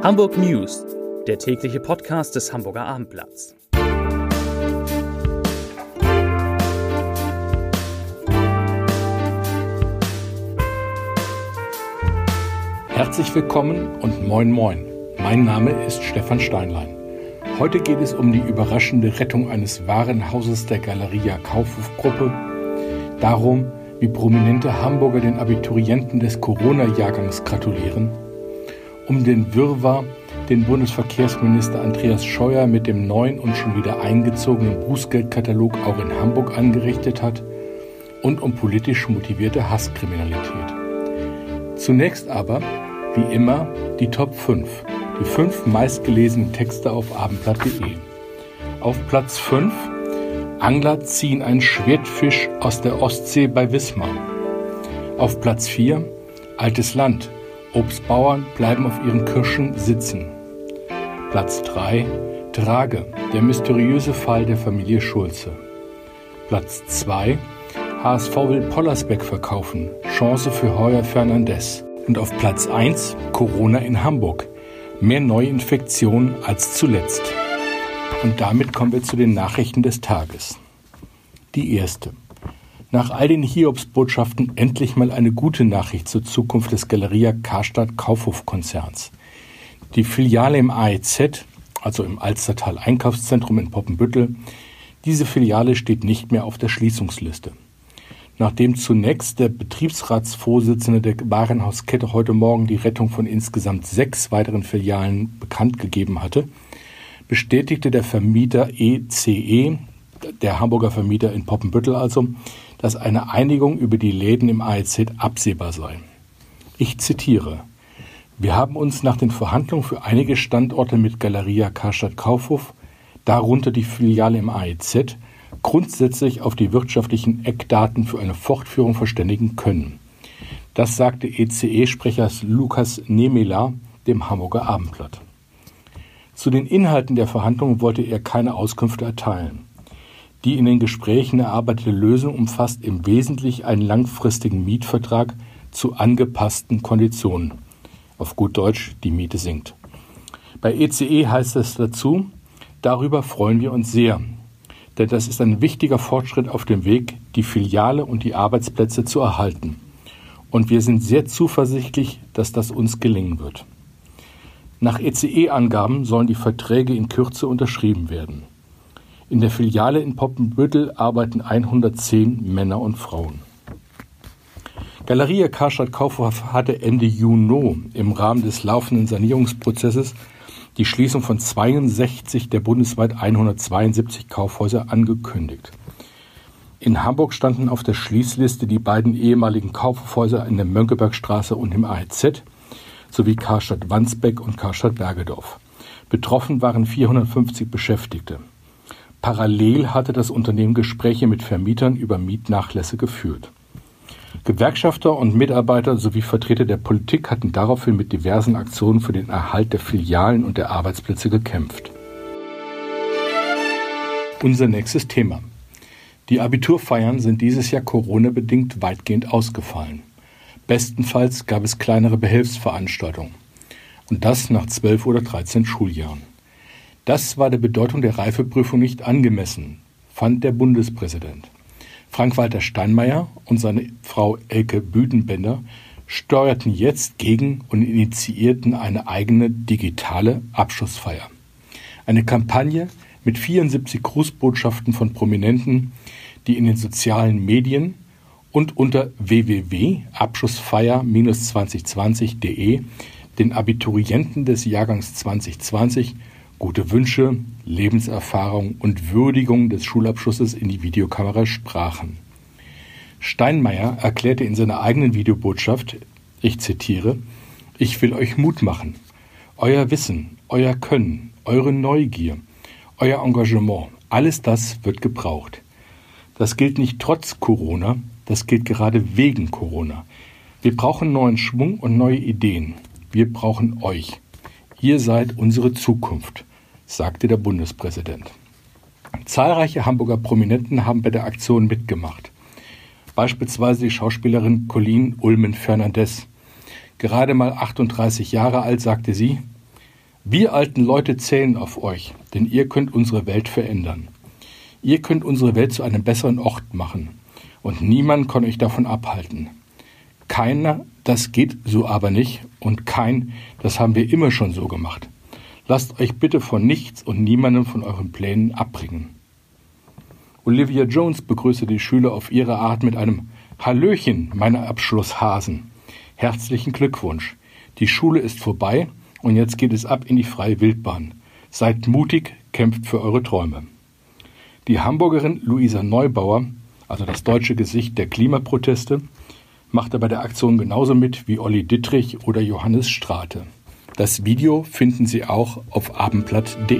Hamburg News, der tägliche Podcast des Hamburger Abendblatts. Herzlich willkommen und moin moin. Mein Name ist Stefan Steinlein. Heute geht es um die überraschende Rettung eines Warenhauses der Galeria Kaufhof-Gruppe, darum, wie prominente Hamburger den Abiturienten des Corona-Jahrgangs gratulieren, um den Wirrwarr, den Bundesverkehrsminister Andreas Scheuer mit dem neuen und schon wieder eingezogenen Bußgeldkatalog auch in Hamburg angerichtet hat, und um politisch motivierte Hasskriminalität. Zunächst aber, wie immer, die Top 5, die 5 meistgelesenen Texte auf abendblatt.de. Auf Platz 5: Angler ziehen einen Schwertfisch aus der Ostsee bei Wismar. Auf Platz 4: Altes Land. Obstbauern bleiben auf ihren Kirschen sitzen. Platz 3: Drage, der mysteriöse Fall der Familie Schulze. Platz 2: HSV will Pollersbeck verkaufen. Chance für Heuer Fernandes. Und auf Platz 1: Corona in Hamburg. Mehr Neuinfektionen als zuletzt. Und damit kommen wir zu den Nachrichten des Tages. Die erste. Nach all den Hiobsbotschaften endlich mal eine gute Nachricht zur Zukunft des Galeria Karstadt Kaufhof-Konzerns. Die Filiale im AEZ, also im Alstertal Einkaufszentrum in Poppenbüttel, diese Filiale steht nicht mehr auf der Schließungsliste. Nachdem zunächst der Betriebsratsvorsitzende der Warenhauskette heute Morgen die Rettung von insgesamt 6 weiteren Filialen bekannt gegeben hatte, bestätigte der Vermieter ECE, der Hamburger Vermieter in Poppenbüttel also, dass eine Einigung über die Läden im AEZ absehbar sei. Ich zitiere: Wir haben uns nach den Verhandlungen für einige Standorte mit Galeria Karstadt Kaufhof, darunter die Filiale im AEZ, grundsätzlich auf die wirtschaftlichen Eckdaten für eine Fortführung verständigen können. Das sagte ECE-Sprecher Lukas Nemela dem Hamburger Abendblatt. Zu den Inhalten der Verhandlungen wollte er keine Auskünfte erteilen. Die in den Gesprächen erarbeitete Lösung umfasst im Wesentlichen einen langfristigen Mietvertrag zu angepassten Konditionen. Auf gut Deutsch, die Miete sinkt. Bei ECE heißt es dazu: Darüber freuen wir uns sehr, denn das ist ein wichtiger Fortschritt auf dem Weg, die Filiale und die Arbeitsplätze zu erhalten. Und wir sind sehr zuversichtlich, dass das uns gelingen wird. Nach ECE-Angaben sollen die Verträge in Kürze unterschrieben werden. In der Filiale in Poppenbüttel arbeiten 110 Männer und Frauen. Galeria Karstadt Kaufhof hatte Ende Juni im Rahmen des laufenden Sanierungsprozesses die Schließung von 62 der bundesweit 172 Kaufhäuser angekündigt. In Hamburg standen auf der Schließliste die beiden ehemaligen Kaufhäuser in der Mönckebergstraße und im AEZ sowie Karstadt Wandsbek und Karstadt Bergedorf. Betroffen waren 450 Beschäftigte. Parallel hatte das Unternehmen Gespräche mit Vermietern über Mietnachlässe geführt. Gewerkschafter und Mitarbeiter sowie Vertreter der Politik hatten daraufhin mit diversen Aktionen für den Erhalt der Filialen und der Arbeitsplätze gekämpft. Unser nächstes Thema. Die Abiturfeiern sind dieses Jahr Corona-bedingt weitgehend ausgefallen. Bestenfalls gab es kleinere Behelfsveranstaltungen. Und das nach 12 oder 13 Schuljahren. Das war der Bedeutung der Reifeprüfung nicht angemessen, fand der Bundespräsident. Frank-Walter Steinmeier und seine Frau Elke Büdenbender steuerten jetzt gegen und initiierten eine eigene digitale Abschlussfeier. Eine Kampagne mit 74 Grußbotschaften von Prominenten, die in den sozialen Medien und unter www.abschlussfeier-2020.de den Abiturienten des Jahrgangs 2020 gute Wünsche, Lebenserfahrung und Würdigung des Schulabschlusses in die Videokamera sprachen. Steinmeier erklärte in seiner eigenen Videobotschaft, ich zitiere: Ich will euch Mut machen. Euer Wissen, euer Können, eure Neugier, euer Engagement, alles das wird gebraucht. Das gilt nicht trotz Corona, das gilt gerade wegen Corona. Wir brauchen neuen Schwung und neue Ideen. Wir brauchen euch. Ihr seid unsere Zukunft, sagte der Bundespräsident. Zahlreiche Hamburger Prominenten haben bei der Aktion mitgemacht. Beispielsweise die Schauspielerin Colleen Ulmen Fernandes. Gerade mal 38 Jahre alt, sagte sie: Wir alten Leute zählen auf euch, denn ihr könnt unsere Welt verändern. Ihr könnt unsere Welt zu einem besseren Ort machen. Und niemand kann euch davon abhalten. Keiner, das geht so aber nicht. Und kein, das haben wir immer schon so gemacht. Lasst euch bitte von nichts und niemandem von euren Plänen abbringen. Olivia Jones begrüßte die Schüler auf ihre Art mit einem Hallöchen, meine Abschlusshasen. Herzlichen Glückwunsch. Die Schule ist vorbei und jetzt geht es ab in die freie Wildbahn. Seid mutig, kämpft für eure Träume. Die Hamburgerin Luisa Neubauer, also das deutsche Gesicht der Klimaproteste, machte bei der Aktion genauso mit wie Olli Dittrich oder Johannes Strate. Das Video finden Sie auch auf abendblatt.de.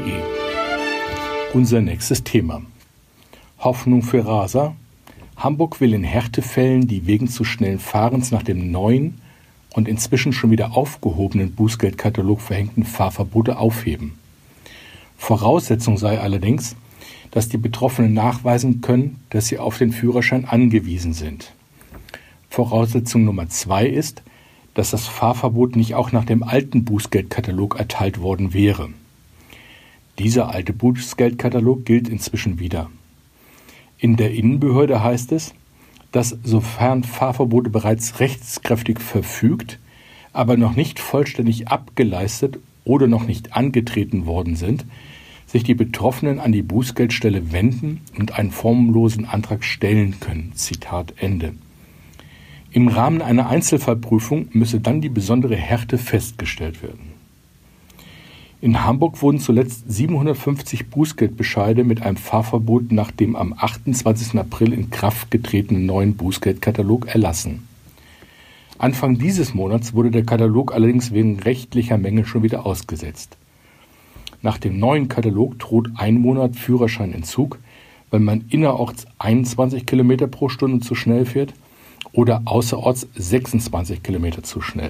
Unser nächstes Thema. Hoffnung für Raser. Hamburg will in Härtefällen die wegen zu schnellen Fahrens nach dem neuen und inzwischen schon wieder aufgehobenen Bußgeldkatalog verhängten Fahrverbote aufheben. Voraussetzung sei allerdings, dass die Betroffenen nachweisen können, dass sie auf den Führerschein angewiesen sind. Voraussetzung Nummer 2 ist, dass das Fahrverbot nicht auch nach dem alten Bußgeldkatalog erteilt worden wäre. Dieser alte Bußgeldkatalog gilt inzwischen wieder. In der Innenbehörde heißt es, dass sofern Fahrverbote bereits rechtskräftig verfügt, aber noch nicht vollständig abgeleistet oder noch nicht angetreten worden sind, sich die Betroffenen an die Bußgeldstelle wenden und einen formlosen Antrag stellen können. Zitat Ende. Im Rahmen einer Einzelfallprüfung müsse dann die besondere Härte festgestellt werden. In Hamburg wurden zuletzt 750 Bußgeldbescheide mit einem Fahrverbot nach dem am 28. April in Kraft getretenen neuen Bußgeldkatalog erlassen. Anfang dieses Monats wurde der Katalog allerdings wegen rechtlicher Mängel schon wieder ausgesetzt. Nach dem neuen Katalog droht 1 Monat Führerscheinentzug, wenn man innerorts 21 km pro Stunde zu schnell fährt oder außerorts 26 km zu schnell.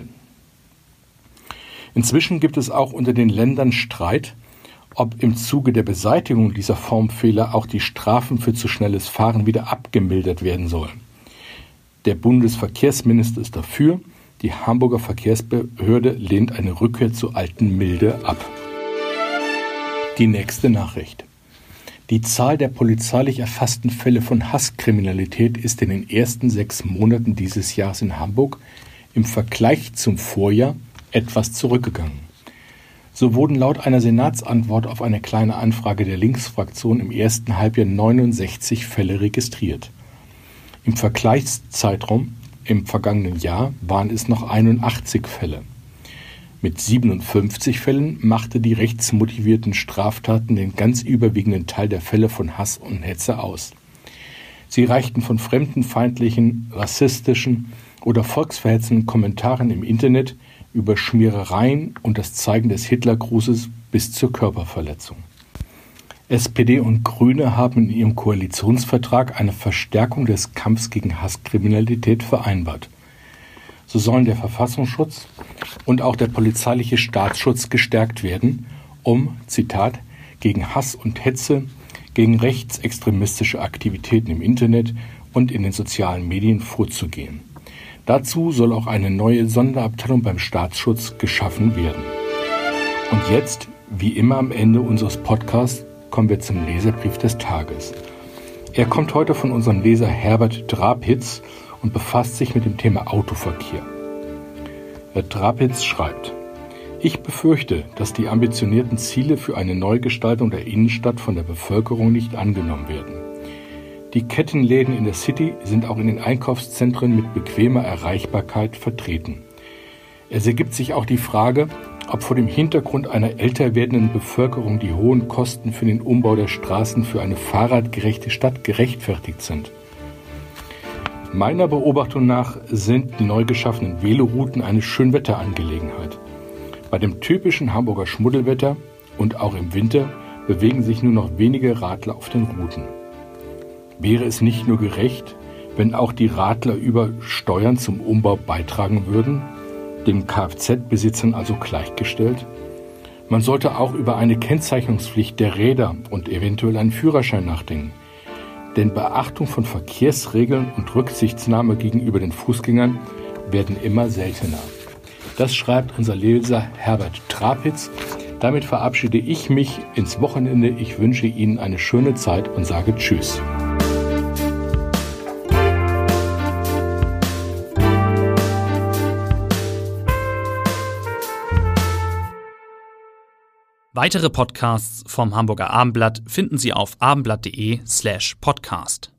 Inzwischen gibt es auch unter den Ländern Streit, ob im Zuge der Beseitigung dieser Formfehler auch die Strafen für zu schnelles Fahren wieder abgemildert werden sollen. Der Bundesverkehrsminister ist dafür, die Hamburger Verkehrsbehörde lehnt eine Rückkehr zur alten Milde ab. Die nächste Nachricht. Die Zahl der polizeilich erfassten Fälle von Hasskriminalität ist in den ersten 6 Monaten dieses Jahres in Hamburg im Vergleich zum Vorjahr etwas zurückgegangen. So wurden laut einer Senatsantwort auf eine kleine Anfrage der Linksfraktion im ersten Halbjahr 69 Fälle registriert. Im Vergleichszeitraum im vergangenen Jahr waren es noch 81 Fälle. Mit 57 Fällen machte die rechtsmotivierten Straftaten den ganz überwiegenden Teil der Fälle von Hass und Hetze aus. Sie reichten von fremdenfeindlichen, rassistischen oder volksverhetzenden Kommentaren im Internet über Schmierereien und das Zeigen des Hitlergrußes bis zur Körperverletzung. SPD und Grüne haben in ihrem Koalitionsvertrag eine Verstärkung des Kampfs gegen Hasskriminalität vereinbart. So sollen der Verfassungsschutz und auch der polizeiliche Staatsschutz gestärkt werden, um, Zitat, gegen Hass und Hetze, gegen rechtsextremistische Aktivitäten im Internet und in den sozialen Medien vorzugehen. Dazu soll auch eine neue Sonderabteilung beim Staatsschutz geschaffen werden. Und jetzt, wie immer am Ende unseres Podcasts, kommen wir zum Leserbrief des Tages. Er kommt heute von unserem Leser Herbert Drapitz und befasst sich mit dem Thema Autoverkehr. Herr Drapitz schreibt: Ich befürchte, dass die ambitionierten Ziele für eine Neugestaltung der Innenstadt von der Bevölkerung nicht angenommen werden. Die Kettenläden in der City sind auch in den Einkaufszentren mit bequemer Erreichbarkeit vertreten. Es ergibt sich auch die Frage, ob vor dem Hintergrund einer älter werdenden Bevölkerung die hohen Kosten für den Umbau der Straßen für eine fahrradgerechte Stadt gerechtfertigt sind. Meiner Beobachtung nach sind die neu geschaffenen Velorouten eine Schönwetterangelegenheit. Bei dem typischen Hamburger Schmuddelwetter und auch im Winter bewegen sich nur noch wenige Radler auf den Routen. Wäre es nicht nur gerecht, wenn auch die Radler über Steuern zum Umbau beitragen würden, den Kfz-Besitzern also gleichgestellt? Man sollte auch über eine Kennzeichnungspflicht der Räder und eventuell einen Führerschein nachdenken. Denn Beachtung von Verkehrsregeln und Rücksichtnahme gegenüber den Fußgängern werden immer seltener. Das schreibt unser Leser Herbert Drapitz Damit verabschiede ich mich ins Wochenende. Ich wünsche Ihnen eine schöne Zeit und sage Tschüss. Weitere Podcasts vom Hamburger Abendblatt finden Sie auf abendblatt.de/podcast.